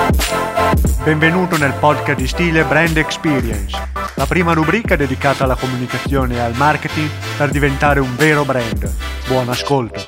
Benvenuto nel podcast di stile Brand Experience, la prima rubrica dedicata alla comunicazione e al marketing per diventare un vero brand. Buon ascolto!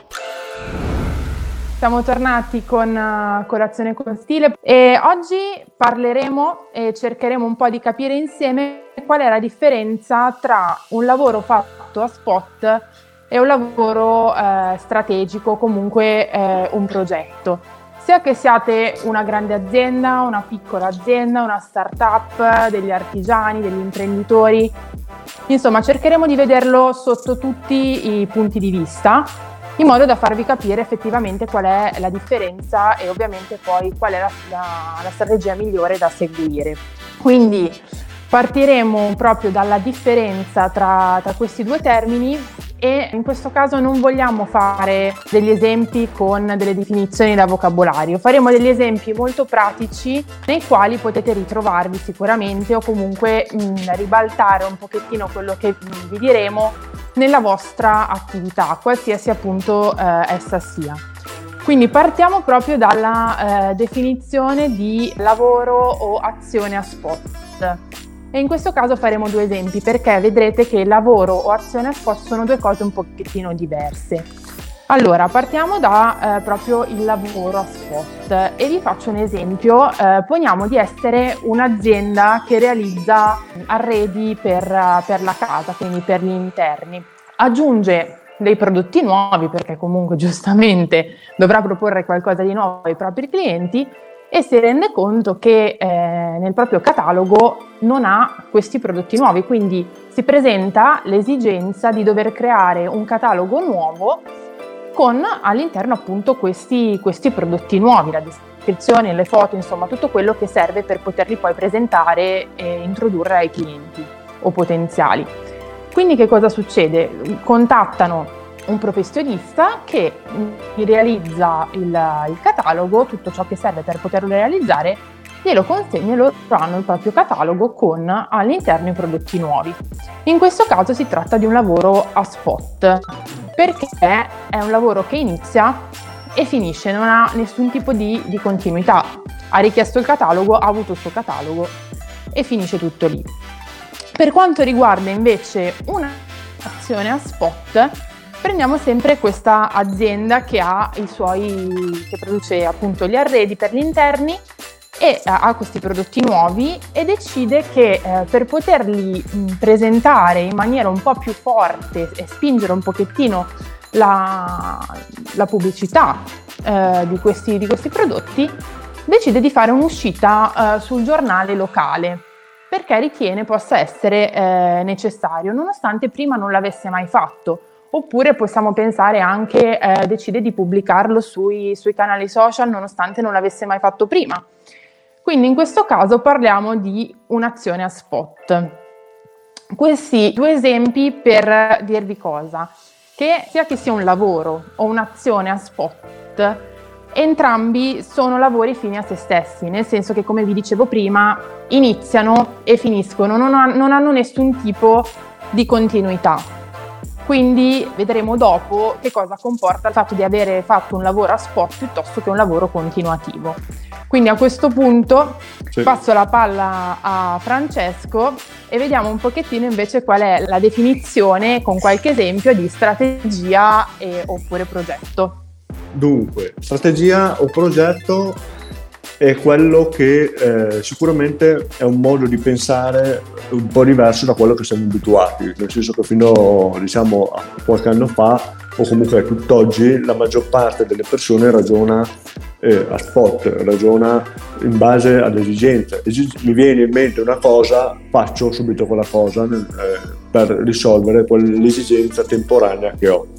Siamo tornati con Colazione con Stile e oggi parleremo e cercheremo un po' di capire insieme qual è la differenza tra un lavoro fatto a spot e un lavoro strategico, comunque un progetto. Sia che siate una grande azienda, una piccola azienda, una startup, degli artigiani, degli imprenditori, insomma cercheremo di vederlo sotto tutti i punti di vista, in modo da farvi capire effettivamente qual è la differenza e ovviamente poi qual è la strategia migliore da seguire. Quindi partiremo proprio dalla differenza tra questi due termini e in questo caso non vogliamo fare degli esempi con delle definizioni da vocabolario, faremo degli esempi molto pratici nei quali potete ritrovarvi sicuramente o comunque ribaltare un pochettino quello che vi diremo nella vostra attività, qualsiasi appunto essa sia. Quindi partiamo proprio dalla definizione di lavoro o azione a spot. E in questo caso faremo due esempi perché vedrete che lavoro o azione a spot sono due cose un pochettino diverse. Allora, partiamo da proprio il lavoro a spot e vi faccio un esempio. Poniamo di essere un'azienda che realizza arredi per la casa, quindi per gli interni. Aggiunge dei prodotti nuovi perché comunque giustamente dovrà proporre qualcosa di nuovo ai propri clienti e si rende conto che nel proprio catalogo non ha questi prodotti nuovi, quindi si presenta l'esigenza di dover creare un catalogo nuovo con all'interno appunto questi prodotti nuovi, la descrizione, le foto, insomma tutto quello che serve per poterli poi presentare e introdurre ai clienti o potenziali. Quindi che cosa succede? Contattano un professionista che realizza il catalogo, tutto ciò che serve per poterlo realizzare, glielo consegna e loro hanno il proprio catalogo con all'interno i prodotti nuovi. In questo caso si tratta di un lavoro a spot, perché è un lavoro che inizia e finisce, non ha nessun tipo di continuità. Ha richiesto il catalogo, ha avuto il suo catalogo e finisce tutto lì. Per quanto riguarda invece un'azione a spot, prendiamo sempre questa azienda che che produce appunto gli arredi per gli interni e ha questi prodotti nuovi e decide che per poterli presentare in maniera un po' più forte e spingere un pochettino la pubblicità di questi prodotti, decide di fare un'uscita sul giornale locale perché ritiene possa essere necessario, nonostante prima non l'avesse mai fatto. Oppure possiamo pensare anche decide di pubblicarlo sui canali social nonostante non l'avesse mai fatto prima. Quindi in questo caso parliamo di un'azione a spot. Questi due esempi per dirvi cosa? Che sia che sia un lavoro o un'azione a spot, entrambi sono lavori fini a se stessi, nel senso che, come vi dicevo prima, iniziano e finiscono, non hanno nessun tipo di continuità. Quindi vedremo dopo che cosa comporta il fatto di avere fatto un lavoro a spot piuttosto che un lavoro continuativo. Quindi a questo punto passo la palla a Francesco e vediamo un pochettino invece qual è la definizione con qualche esempio di strategia oppure progetto. Dunque, strategia o progetto è quello che sicuramente è un modo di pensare un po' diverso da quello che siamo abituati, nel senso che fino a qualche anno fa o comunque a tutt'oggi la maggior parte delle persone ragiona a spot, ragiona in base alle esigenze. Mi viene in mente una cosa, faccio subito quella cosa per risolvere quell'esigenza temporanea che ho.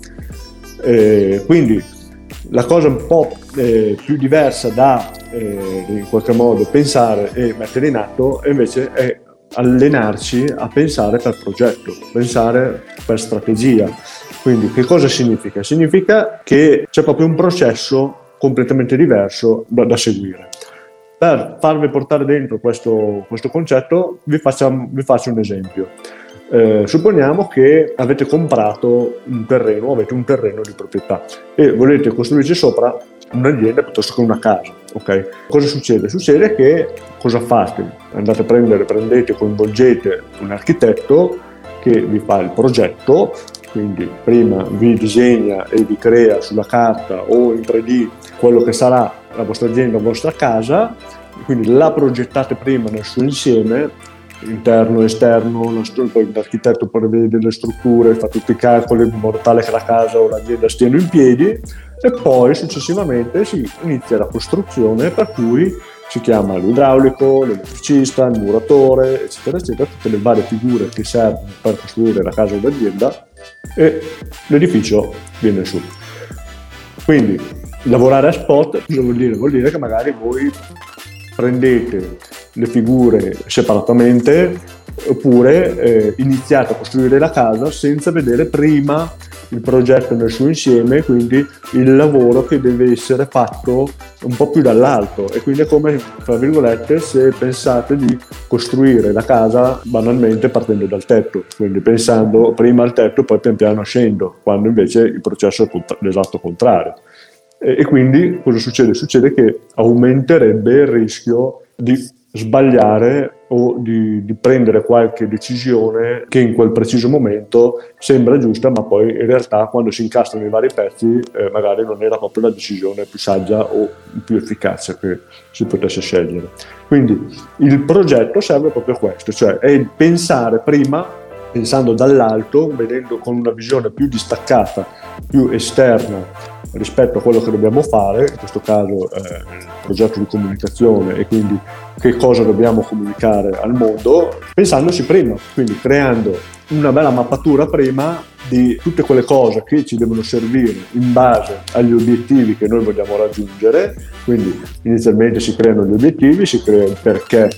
Quindi la cosa un po' più diversa da in qualche modo pensare e mettere in atto invece è allenarci a pensare per progetto, pensare per strategia. Quindi che cosa significa? Significa che c'è proprio un processo completamente diverso da seguire. Per farvi portare dentro questo concetto vi faccio un esempio. Supponiamo che avete comprato un terreno, avete un terreno di proprietà e volete costruirci sopra un'azienda piuttosto che una casa, ok? Cosa succede? Succede che cosa fate? Andate a prendete, coinvolgete un architetto che vi fa il progetto, quindi prima vi disegna e vi crea sulla carta o in 3D quello che sarà la vostra azienda, la vostra casa, quindi la progettate prima nel suo insieme, interno, esterno, poi l'architetto prevede le strutture, fa tutti i calcoli in modo tale che la casa o l'azienda stiano in piedi e poi successivamente si inizia la costruzione, per cui si chiama l'idraulico, l'elettricista, il muratore, eccetera, eccetera, tutte le varie figure che servono per costruire la casa o l'azienda e l'edificio viene su. Quindi lavorare a spot cosa vuol dire? Vuol dire che magari voi prendete le figure separatamente oppure iniziate a costruire la casa senza vedere prima il progetto nel suo insieme, quindi il lavoro che deve essere fatto un po' più dall'alto, e quindi è come, tra virgolette, se pensate di costruire la casa banalmente partendo dal tetto, quindi pensando prima al tetto poi pian piano scendo, quando invece il processo è l'esatto contrario. E quindi cosa succede? Succede che aumenterebbe il rischio di sbagliare o di prendere qualche decisione che in quel preciso momento sembra giusta, ma poi in realtà quando si incastrano i vari pezzi magari non era proprio la decisione più saggia o più efficace che si potesse scegliere. Quindi il progetto serve proprio a questo, cioè è il pensare prima, pensando dall'alto, vedendo con una visione più distaccata, più esterna rispetto a quello che dobbiamo fare, in questo caso il progetto di comunicazione, e quindi che cosa dobbiamo comunicare al mondo, pensandoci prima, quindi creando una bella mappatura prima di tutte quelle cose che ci devono servire in base agli obiettivi che noi vogliamo raggiungere. Quindi inizialmente si creano gli obiettivi, si crea il perché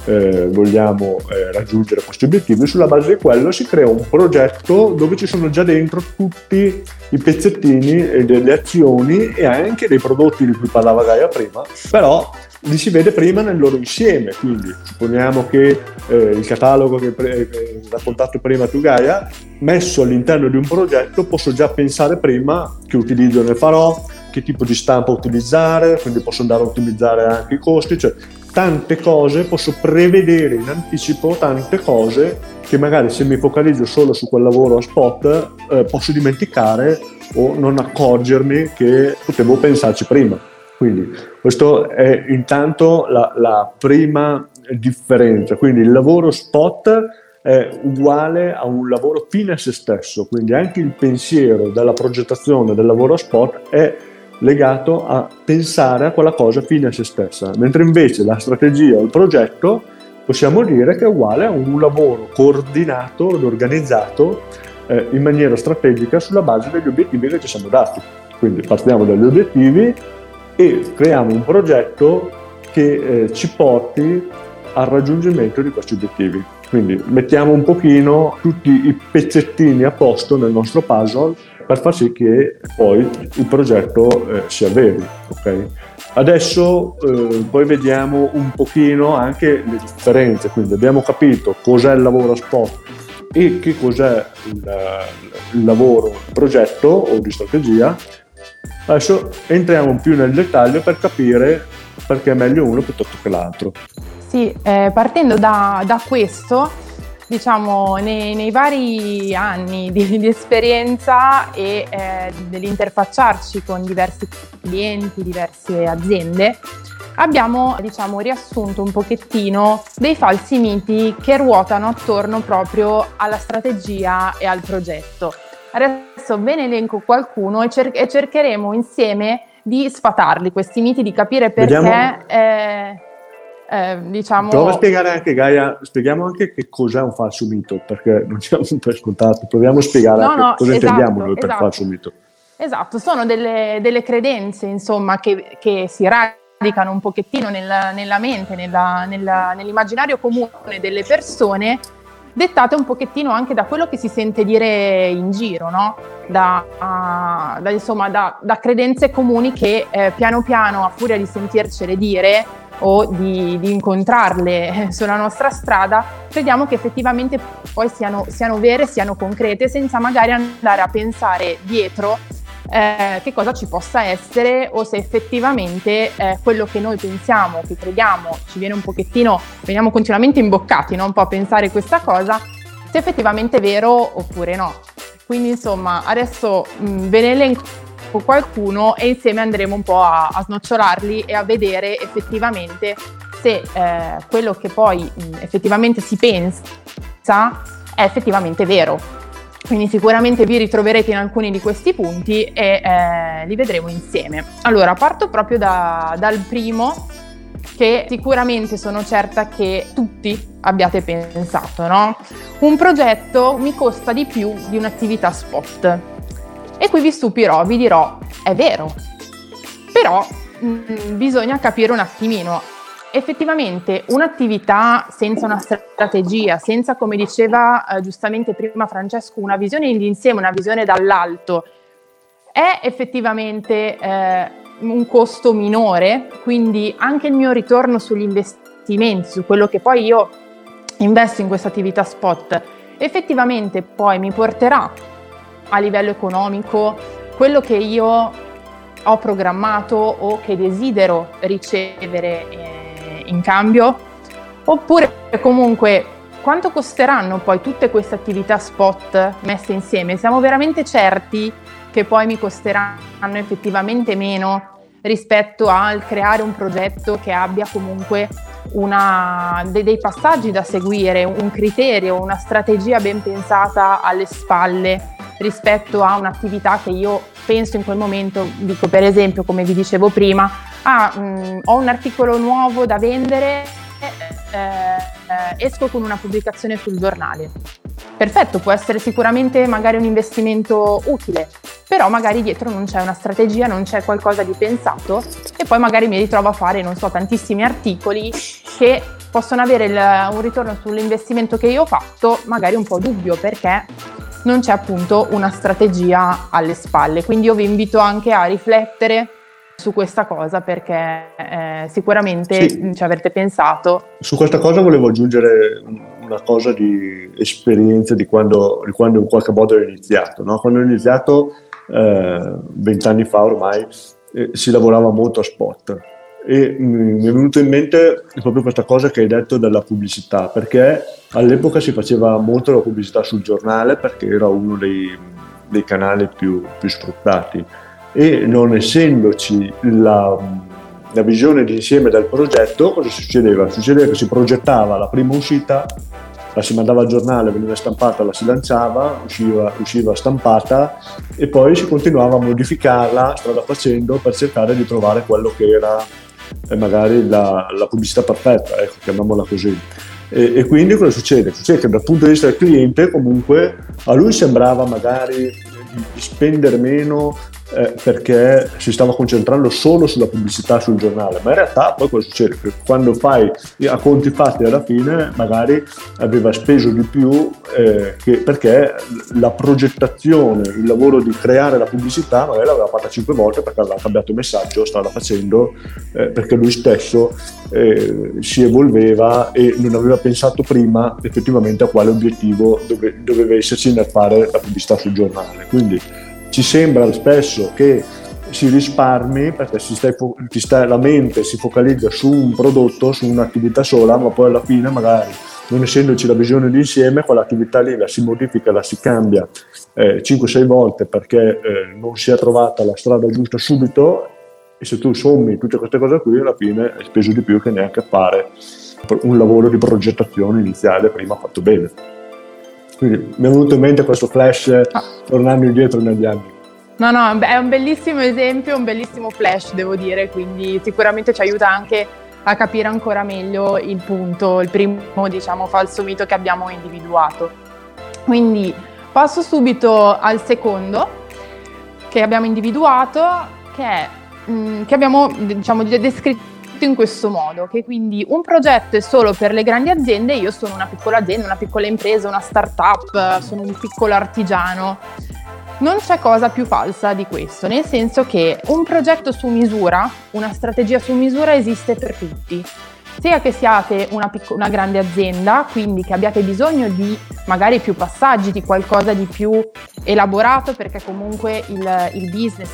vogliamo raggiungere questi obiettivi, sulla base di quello si crea un progetto dove ci sono già dentro tutti i pezzettini e delle azioni e anche dei prodotti di cui parlava Gaia prima, però li si vede prima nel loro insieme. Quindi supponiamo che il catalogo che hai raccontato prima tu Gaia, messo all'interno di un progetto posso già pensare prima che utilizzo ne farò, che tipo di stampa utilizzare, quindi posso andare a ottimizzare anche i costi, cioè tante cose, posso prevedere in anticipo tante cose che magari se mi focalizzo solo su quel lavoro a spot posso dimenticare o non accorgermi che potevo pensarci prima. Quindi questo è intanto la prima differenza, quindi il lavoro spot è uguale a un lavoro fine a se stesso, quindi anche il pensiero della progettazione del lavoro a spot è legato a pensare a quella cosa fine a se stessa, mentre invece la strategia o il progetto possiamo dire che è uguale a un lavoro coordinato ed organizzato in maniera strategica sulla base degli obiettivi che ci siamo dati. Quindi partiamo dagli obiettivi e creiamo un progetto che ci porti al raggiungimento di questi obiettivi. Quindi mettiamo un pochino tutti i pezzettini a posto nel nostro puzzle per far sì che poi il progetto si avveri. Okay? Adesso poi vediamo un pochino anche le differenze, quindi abbiamo capito cos'è il lavoro a spot e che cos'è il lavoro di progetto o di strategia. Adesso entriamo più nel dettaglio per capire perché è meglio uno piuttosto che l'altro. Sì, partendo da questo, diciamo, nei vari anni di esperienza e dell'interfacciarci con diversi clienti, diverse aziende, abbiamo, diciamo, riassunto un pochettino dei falsi miti che ruotano attorno proprio alla strategia e al progetto. Adesso ve ne elenco qualcuno e cercheremo insieme di sfatarli, questi miti, di capire perché... diciamo... Prova a spiegare anche, Gaia, spieghiamo anche che cos'è un falso mito, perché non ci abbiamo per scontato, proviamo a spiegare cosa intendiamo noi per falso mito. Esatto, sono delle credenze, insomma, che si radicano un pochettino nella mente, nell'immaginario comune delle persone, dettate un pochettino anche da quello che si sente dire in giro, no? Da credenze comuni che piano piano, a furia di sentircele dire, o di incontrarle sulla nostra strada, crediamo che effettivamente poi siano vere, siano concrete, senza magari andare a pensare dietro che cosa ci possa essere, o se effettivamente quello che noi pensiamo, che crediamo, ci viene un pochettino, veniamo continuamente imboccati, no? Un po' a pensare questa cosa, se effettivamente è vero oppure no. Quindi insomma adesso ve ne elenco qualcuno e insieme andremo un po' a snocciolarli e a vedere effettivamente se quello che poi effettivamente si pensa è effettivamente vero. Quindi sicuramente vi ritroverete in alcuni di questi punti e li vedremo insieme. Allora, parto proprio dal primo, che sicuramente sono certa che tutti abbiate pensato, no? Un progetto mi costa di più di un'attività spot. E qui vi stupirò, vi dirò, è vero, però bisogna capire un attimino. Effettivamente un'attività senza una strategia, senza, come diceva giustamente prima Francesco, una visione d'insieme, una visione dall'alto, è effettivamente un costo minore, quindi anche il mio ritorno sugli investimenti, su quello che poi io investo in questa attività spot, effettivamente poi mi porterà a livello economico quello che io ho programmato o che desidero ricevere in cambio, oppure comunque quanto costeranno poi tutte queste attività spot messe insieme? Siamo veramente certi che poi mi costeranno effettivamente meno rispetto al creare un progetto che abbia comunque dei passaggi da seguire, un criterio, una strategia ben pensata alle spalle rispetto a un'attività che io penso in quel momento, dico per esempio, come vi dicevo prima, ho un articolo nuovo da vendere, esco con una pubblicazione sul giornale. Perfetto, può essere sicuramente magari un investimento utile, però magari dietro non c'è una strategia, non c'è qualcosa di pensato e poi magari mi ritrovo a fare, non so, tantissimi articoli che possono avere un ritorno sull'investimento che io ho fatto magari un po' dubbio, perché non c'è appunto una strategia alle spalle. Quindi io vi invito anche a riflettere su questa cosa, perché sicuramente ci avrete pensato. Su questa cosa volevo aggiungere una cosa di esperienza di quando in qualche modo ho iniziato, no? Quando ho iniziato 20 anni fa ormai si lavorava molto a spot e mi è venuto in mente proprio questa cosa che hai detto della pubblicità, perché all'epoca si faceva molto la pubblicità sul giornale perché era uno dei canali più sfruttati, e non essendoci la visione d'insieme del progetto, cosa succedeva? Succedeva che si progettava la prima uscita, la si mandava al giornale, veniva stampata, la si lanciava, usciva stampata e poi si continuava a modificarla strada facendo per cercare di trovare quello che era magari la pubblicità perfetta, ecco, chiamiamola così. E quindi cosa succede? Succede che dal punto di vista del cliente comunque a lui sembrava magari di spendere meno perché si stava concentrando solo sulla pubblicità sul giornale, ma in realtà poi cosa succede? Che quando fai a conti fatti alla fine magari aveva speso di più perché la progettazione, il lavoro di creare la pubblicità magari l'aveva fatta 5 volte perché aveva cambiato il messaggio, stava facendo perché lui stesso si evolveva e non aveva pensato prima effettivamente a quale obiettivo doveva esserci nel fare la pubblicità sul giornale. Quindi ci sembra spesso che si risparmi perché la mente si focalizza su un prodotto, su un'attività sola, ma poi alla fine magari non essendoci la visione d'insieme, quell'attività lì la si modifica, la si cambia 5-6 volte perché non si è trovata la strada giusta subito, e se tu sommi tutte queste cose qui alla fine hai speso di più che neanche fare un lavoro di progettazione iniziale prima fatto bene. Quindi mi è venuto in mente questo flash tornando indietro negli anni. No, è un bellissimo esempio, un bellissimo flash devo dire, quindi sicuramente ci aiuta anche a capire ancora meglio il punto, il primo falso mito che abbiamo individuato. Quindi passo subito al secondo che abbiamo individuato, che abbiamo descritto in questo modo, che quindi un progetto è solo per le grandi aziende, io sono una piccola azienda, una piccola impresa, una startup, sono un piccolo artigiano. Non c'è cosa più falsa di questo, nel senso che un progetto su misura, una strategia su misura esiste per tutti. Sia che siate una grande azienda, quindi che abbiate bisogno di magari più passaggi, di qualcosa di più elaborato, perché comunque il business,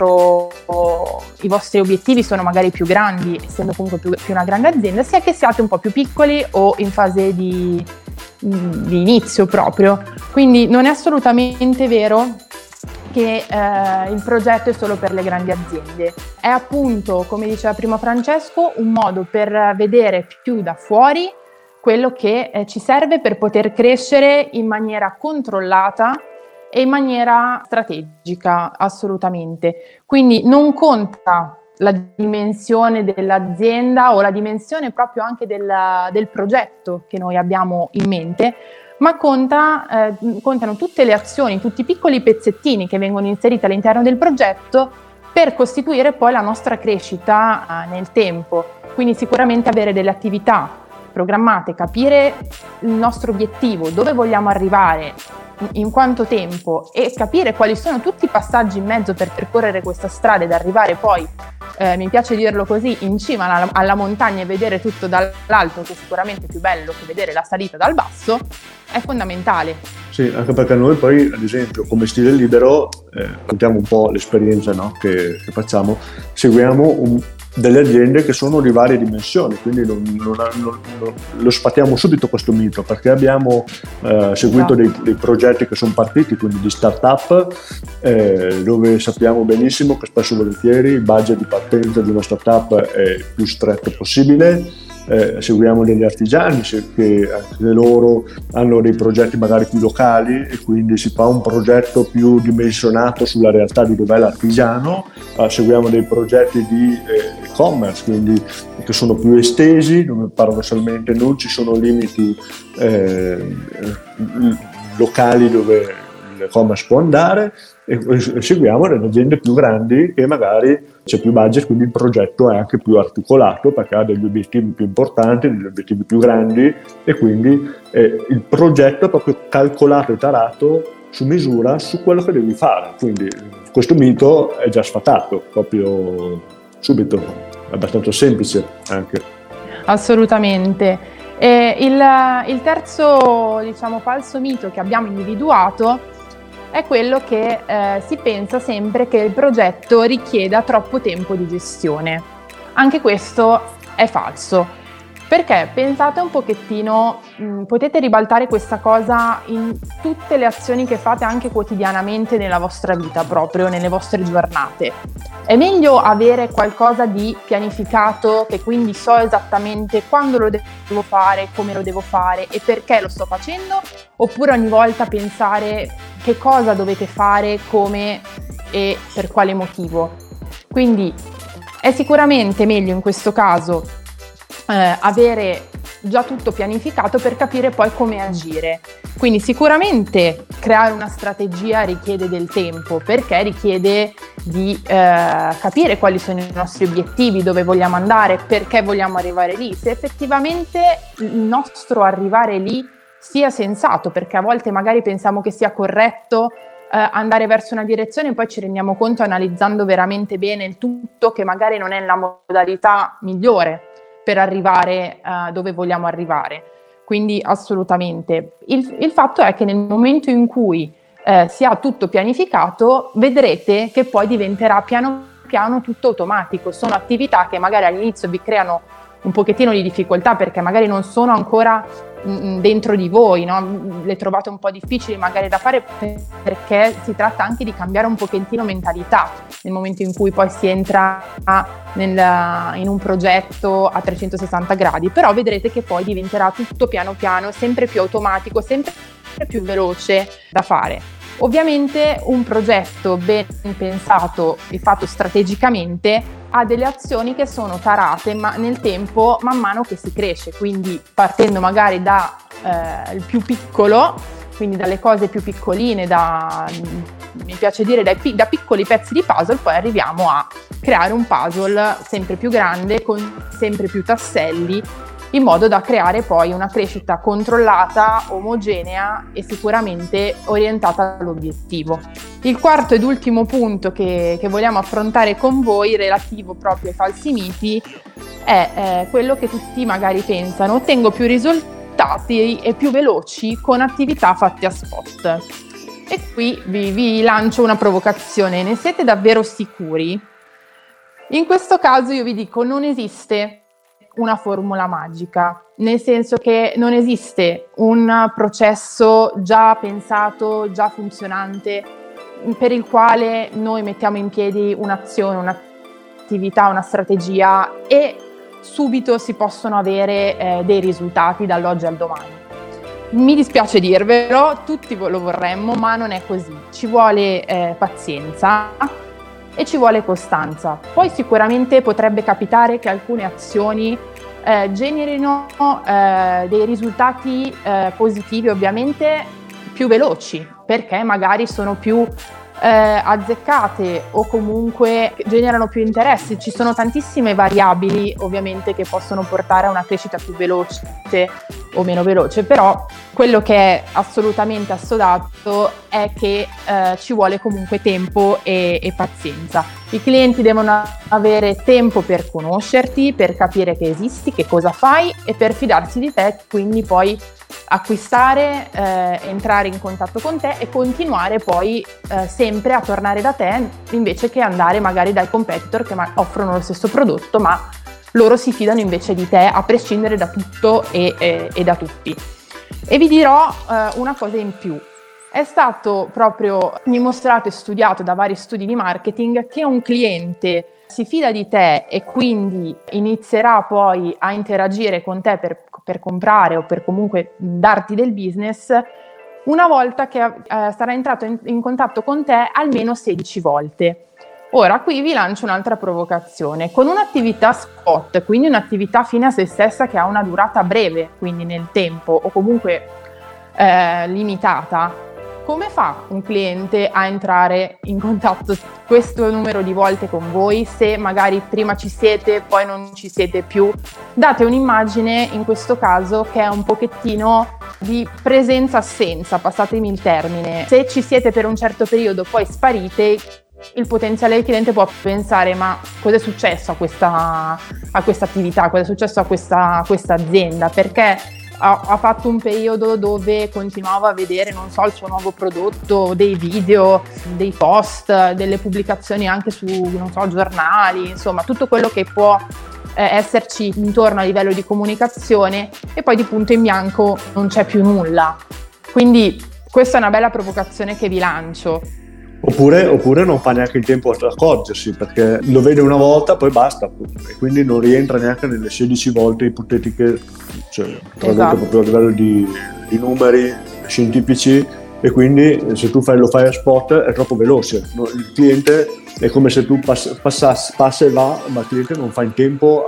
i vostri obiettivi sono magari più grandi, essendo comunque più una grande azienda, sia che siate un po' più piccoli o in fase di inizio proprio. Quindi non è assolutamente vero che il progetto è solo per le grandi aziende. È appunto, come diceva prima Francesco, un modo per vedere più da fuori quello che ci serve per poter crescere in maniera controllata e in maniera strategica, assolutamente. Quindi non conta la dimensione dell'azienda o la dimensione proprio anche del progetto che noi abbiamo in mente, ma contano tutte le azioni, tutti i piccoli pezzettini che vengono inseriti all'interno del progetto per costituire poi la nostra crescita nel tempo. Quindi sicuramente avere delle attività programmate, capire il nostro obiettivo, dove vogliamo arrivare, in quanto tempo, e capire quali sono tutti i passaggi in mezzo per percorrere questa strada ed arrivare poi, mi piace dirlo così, in cima alla montagna e vedere tutto dall'alto, che è sicuramente più bello che vedere la salita dal basso, è fondamentale. Sì, anche perché noi poi, ad esempio, come Stile Libero, contiamo un po' l'esperienza, no, che facciamo, seguiamo delle aziende che sono di varie dimensioni, quindi lo sfatiamo subito questo mito, perché abbiamo seguito dei progetti che sono partiti, quindi di start-up, dove sappiamo benissimo che spesso e volentieri il budget di partenza di una start-up è il più stretto possibile. Seguiamo degli artigiani che anche loro hanno dei progetti magari più locali, e quindi si fa un progetto più dimensionato sulla realtà di dov'è l'artigiano. Seguiamo dei progetti di e-commerce, quindi che sono più estesi, dove paradossalmente non ci sono limiti locali dove l'e-commerce può andare, e seguiamo delle aziende più grandi che magari c'è più budget, quindi il progetto è anche più articolato perché ha degli obiettivi più importanti, degli obiettivi più grandi, e quindi il progetto è proprio calcolato e tarato su misura su quello che devi fare. Quindi questo mito è già sfatato proprio subito, è abbastanza semplice anche. Assolutamente. Il terzo, falso mito che abbiamo individuato è quello che si pensa sempre che il progetto richieda troppo tempo di gestione. Anche questo è falso, perché pensate un pochettino, potete ribaltare questa cosa in tutte le azioni che fate anche quotidianamente nella vostra vita, proprio nelle vostre giornate. È meglio avere qualcosa di pianificato, che quindi so esattamente quando lo devo fare, come lo devo fare e perché lo sto facendo, oppure ogni volta pensare che cosa dovete fare, come e per quale motivo. Quindi è sicuramente meglio in questo caso avere già tutto pianificato per capire poi come agire. Quindi sicuramente creare una strategia richiede del tempo, perché richiede di capire quali sono i nostri obiettivi, dove vogliamo andare, perché vogliamo arrivare lì, se effettivamente il nostro arrivare lì sia sensato, perché a volte magari pensiamo che sia corretto andare verso una direzione e poi ci rendiamo conto, analizzando veramente bene il tutto, che magari non è la modalità migliore per arrivare dove vogliamo arrivare. Quindi assolutamente. Il fatto è che nel momento in cui si ha tutto pianificato, vedrete che poi diventerà piano piano tutto automatico. Sono attività che magari all'inizio vi creano un pochettino di difficoltà, perché magari non sono ancora dentro di voi, no? Le trovate un po' difficili magari da fare, perché si tratta anche di cambiare un pochettino mentalità nel momento in cui poi si entra in un progetto a 360 gradi, però vedrete che poi diventerà tutto piano piano, sempre più automatico, sempre più veloce da fare. Ovviamente un progetto ben pensato e fatto strategicamente ha delle azioni che sono tarate, ma nel tempo, man mano che si cresce, quindi partendo magari da il più piccolo, quindi dalle cose più piccoline, mi piace dire da piccoli pezzi di puzzle, poi arriviamo a creare un puzzle sempre più grande, con sempre più tasselli, in modo da creare poi una crescita controllata, omogenea e sicuramente orientata all'obiettivo. Il quarto ed ultimo punto che vogliamo affrontare con voi, relativo proprio ai falsi miti, è quello che tutti magari pensano: ottengo più risultati e più veloci con attività fatte a spot. E qui vi lancio una provocazione: ne siete davvero sicuri? In questo caso io vi dico, non esiste una formula magica, nel senso che non esiste un processo già pensato, già funzionante, per il quale noi mettiamo in piedi un'azione, un'attività, una strategia e subito si possono avere dei risultati dall'oggi al domani. Mi dispiace dirvelo, tutti lo vorremmo, ma non è così. Ci vuole pazienza e ci vuole costanza. Poi sicuramente potrebbe capitare che alcune azioni generino dei risultati positivi, ovviamente più veloci, perché magari sono più azzeccate o comunque generano più interessi. Ci sono tantissime variabili ovviamente che possono portare a una crescita più veloce o meno veloce, però quello che è assolutamente assodato è che ci vuole comunque tempo e pazienza. I clienti devono avere tempo per conoscerti, per capire che esisti, che cosa fai e per fidarsi di te, quindi poi acquistare, entrare in contatto con te e continuare poi sempre a tornare da te, invece che andare magari dai competitor che offrono lo stesso prodotto, ma loro si fidano invece di te a prescindere da tutto e da tutti. E vi dirò una cosa in più. È stato proprio dimostrato e studiato da vari studi di marketing che un cliente si fida di te e quindi inizierà poi a interagire con te per comprare o per comunque darti del business una volta che sarà entrato in contatto con te almeno 16 volte. Ora qui vi lancio un'altra provocazione. Con un'attività spot, quindi un'attività fine a se stessa che ha una durata breve, quindi nel tempo o comunque limitata, come fa un cliente a entrare in contatto questo numero di volte con voi se magari prima ci siete, poi non ci siete più? Date un'immagine in questo caso che è un pochettino di presenza-assenza, passatemi il termine. Se ci siete per un certo periodo, poi sparite, il potenziale cliente può pensare: ma cosa è successo a questa attività, cosa è successo a questa azienda, perché ha fatto un periodo dove continuavo a vedere, non so, il suo nuovo prodotto, dei video, dei post, delle pubblicazioni anche su, non so, giornali, insomma tutto quello che può esserci intorno a livello di comunicazione, e poi di punto in bianco non c'è più nulla. Quindi questa è una bella provocazione che vi lancio. Oppure non fa neanche il tempo ad accorgersi, perché lo vede una volta poi basta, e quindi non rientra neanche nelle 16 volte ipotetiche, cioè tradotto proprio a livello di numeri scientifici, e quindi se tu lo fai a spot è troppo veloce. Il cliente è come se tu passa e va, ma il cliente non fa in tempo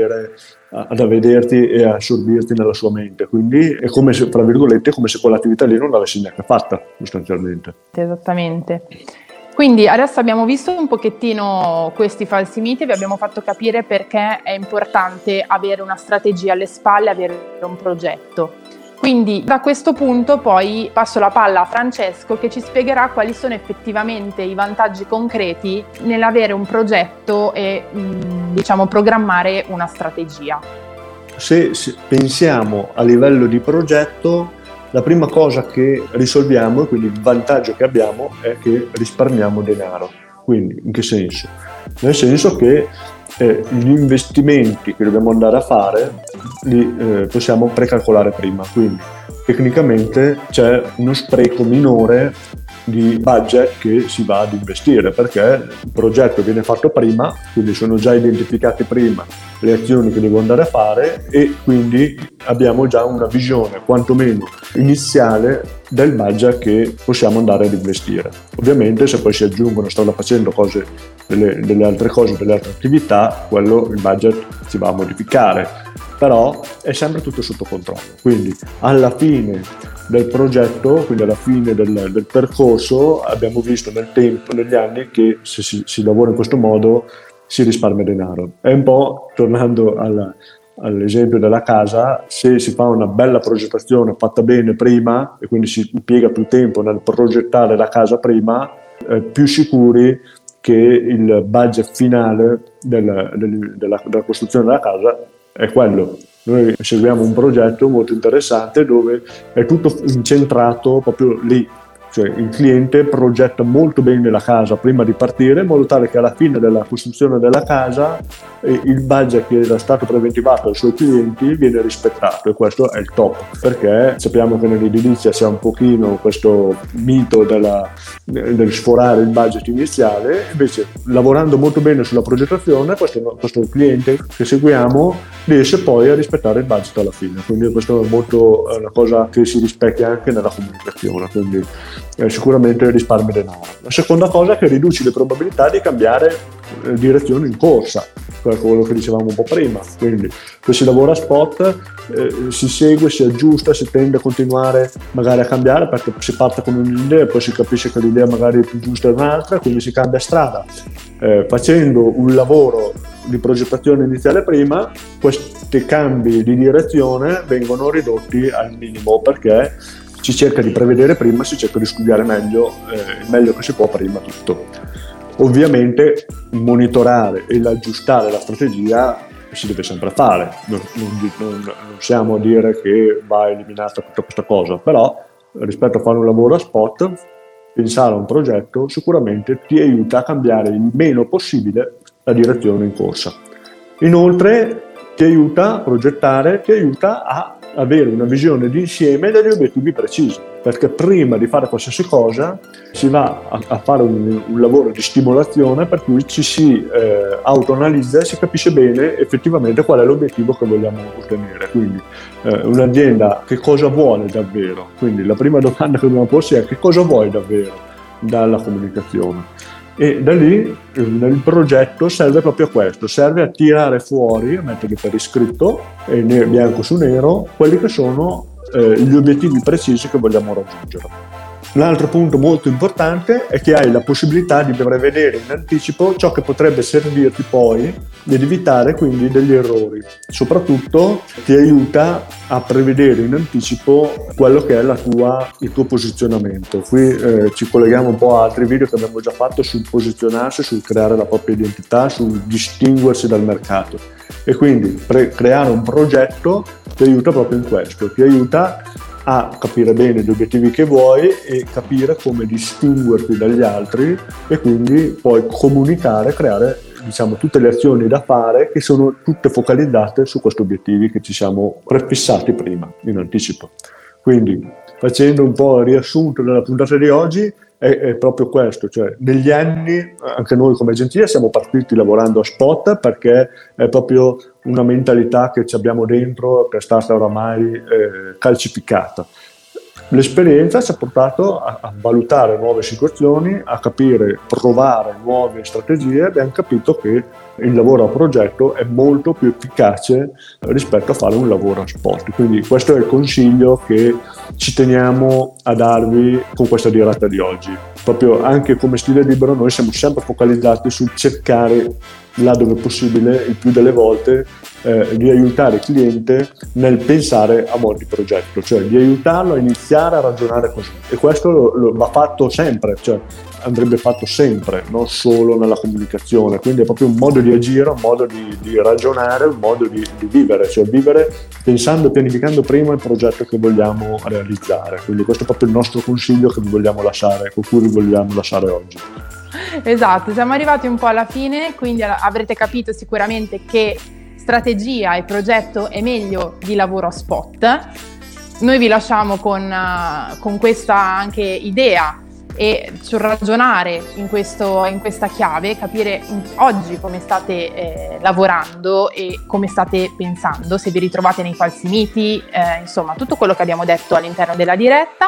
ad vederti e a assorbirti nella sua mente, quindi è come se, tra virgolette, come se quell'attività lì non l'avessi neanche fatta, sostanzialmente. Esattamente. Quindi adesso abbiamo visto un pochettino questi falsi miti e vi abbiamo fatto capire perché è importante avere una strategia alle spalle, avere un progetto. Quindi da questo punto poi passo la palla a Francesco, che ci spiegherà quali sono effettivamente i vantaggi concreti nell'avere un progetto e diciamo programmare una strategia. Se pensiamo a livello di progetto, la prima cosa che risolviamo, e quindi il vantaggio che abbiamo, è che risparmiamo denaro. Quindi in che senso? Nel senso che gli investimenti che dobbiamo andare a fare li possiamo precalcolare prima, quindi tecnicamente c'è uno spreco minore di budget che si va ad investire, perché il progetto viene fatto prima, quindi sono già identificate prima le azioni che devo andare a fare, e quindi abbiamo già una visione quantomeno iniziale del budget che possiamo andare ad investire. Ovviamente se poi si aggiungono, stanno facendo delle altre cose, delle altre attività, il budget si va a modificare, però è sempre tutto sotto controllo. Quindi alla fine del progetto, quindi alla fine del percorso, abbiamo visto nel tempo, negli anni, che se si lavora in questo modo si risparmia denaro. È un po', tornando all'esempio della casa, se si fa una bella progettazione fatta bene prima e quindi si impiega più tempo nel progettare la casa prima, più sicuri che il budget finale della costruzione della casa è quello. Noi seguiamo un progetto molto interessante dove è tutto incentrato proprio lì, cioè il cliente progetta molto bene la casa prima di partire, in modo tale che alla fine della costruzione della casa il budget che era stato preventivato ai suoi clienti viene rispettato, e questo è il top, perché sappiamo che nell'edilizia c'è un pochino questo mito del sforare il budget iniziale. Invece, lavorando molto bene sulla progettazione, questo cliente che seguiamo riesce poi a rispettare il budget alla fine, quindi questo è una cosa che si rispecchia anche nella comunicazione, quindi sicuramente risparmi denaro. La seconda cosa è che riduci le probabilità di cambiare direzione in corsa, quello che dicevamo un po' prima. Quindi se si lavora a spot, si segue, si aggiusta, si tende a continuare magari a cambiare, perché si parte con un'idea e poi si capisce che l'idea magari è più giusta è un'altra, quindi si cambia strada. Facendo un lavoro di progettazione iniziale prima, questi cambi di direzione vengono ridotti al minimo, perché si cerca di prevedere prima, si cerca di studiare meglio, il meglio che si può prima tutto. Ovviamente monitorare e aggiustare la strategia si deve sempre fare, non siamo a dire che va eliminata tutta questa cosa, però rispetto a fare un lavoro a spot, pensare a un progetto sicuramente ti aiuta a cambiare il meno possibile la direzione in corsa. Inoltre ti aiuta a progettare, ti aiuta a avere una visione d'insieme degli obiettivi precisi, perché prima di fare qualsiasi cosa si va a fare un lavoro di stimolazione, per cui ci si autoanalizza e si capisce bene effettivamente qual è l'obiettivo che vogliamo ottenere. Quindi un'azienda che cosa vuole davvero? Quindi la prima domanda che dobbiamo porsi è: che cosa vuoi davvero dalla comunicazione? E da lì nel progetto serve proprio a questo, serve a tirare fuori, a metterli per iscritto, bianco su nero, quelli che sono gli obiettivi precisi che vogliamo raggiungere. L'altro punto molto importante è che hai la possibilità di prevedere in anticipo ciò che potrebbe servirti poi ed evitare quindi degli errori. Soprattutto ti aiuta a prevedere in anticipo quello che è il tuo posizionamento. Qui ci colleghiamo un po' a altri video che abbiamo già fatto sul posizionarsi, sul creare la propria identità, sul distinguersi dal mercato. E quindi creare un progetto ti aiuta proprio in questo, ti aiuta a capire bene gli obiettivi che vuoi e capire come distinguerti dagli altri, e quindi poi comunicare, creare tutte le azioni da fare che sono tutte focalizzate su questi obiettivi che ci siamo prefissati prima in anticipo. Quindi, facendo un po' il riassunto della puntata di oggi, è proprio questo, cioè negli anni anche noi come agenzia siamo partiti lavorando a spot, perché è proprio una mentalità che ci abbiamo dentro, che è stata oramai calcificata. L'esperienza ci ha portato a valutare nuove situazioni, a capire, provare nuove strategie, e abbiamo capito che il lavoro a progetto è molto più efficace rispetto a fare un lavoro a spot. Quindi questo è il consiglio che ci teniamo a darvi con questa diretta di oggi. Proprio anche come Stile Libero noi siamo sempre focalizzati sul cercare, là dove possibile, il più delle volte, di aiutare il cliente nel pensare a modo di progetto, cioè di aiutarlo a iniziare a ragionare così. E questo va fatto sempre, cioè andrebbe fatto sempre, non solo nella comunicazione. Quindi è proprio un modo di agire, un modo di ragionare, un modo di vivere, cioè vivere pensando e pianificando prima il progetto che vogliamo realizzare. Quindi questo è proprio il nostro consiglio che vi vogliamo lasciare, con cui vi vogliamo lasciare oggi. Esatto, siamo arrivati un po' alla fine, quindi avrete capito sicuramente che strategia e progetto è meglio di lavoro a spot. Noi vi lasciamo con questa anche idea e sul ragionare in questa chiave, capire oggi come state lavorando e come state pensando, se vi ritrovate nei falsi miti, insomma tutto quello che abbiamo detto all'interno della diretta.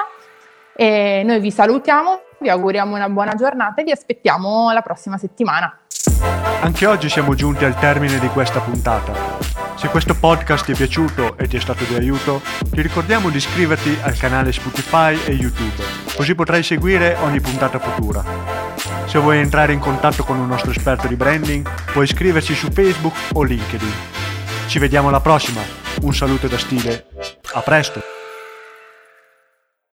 E noi vi salutiamo, vi auguriamo una buona giornata e vi aspettiamo la prossima settimana. Anche oggi siamo giunti al termine di questa puntata. Se questo podcast ti è piaciuto e ti è stato di aiuto, ti ricordiamo di iscriverti al canale Spotify e YouTube, così potrai seguire ogni puntata futura. Se vuoi entrare in contatto con un nostro esperto di branding, puoi iscriversi su Facebook o LinkedIn. Ci vediamo alla prossima. Un saluto da Stile. A presto.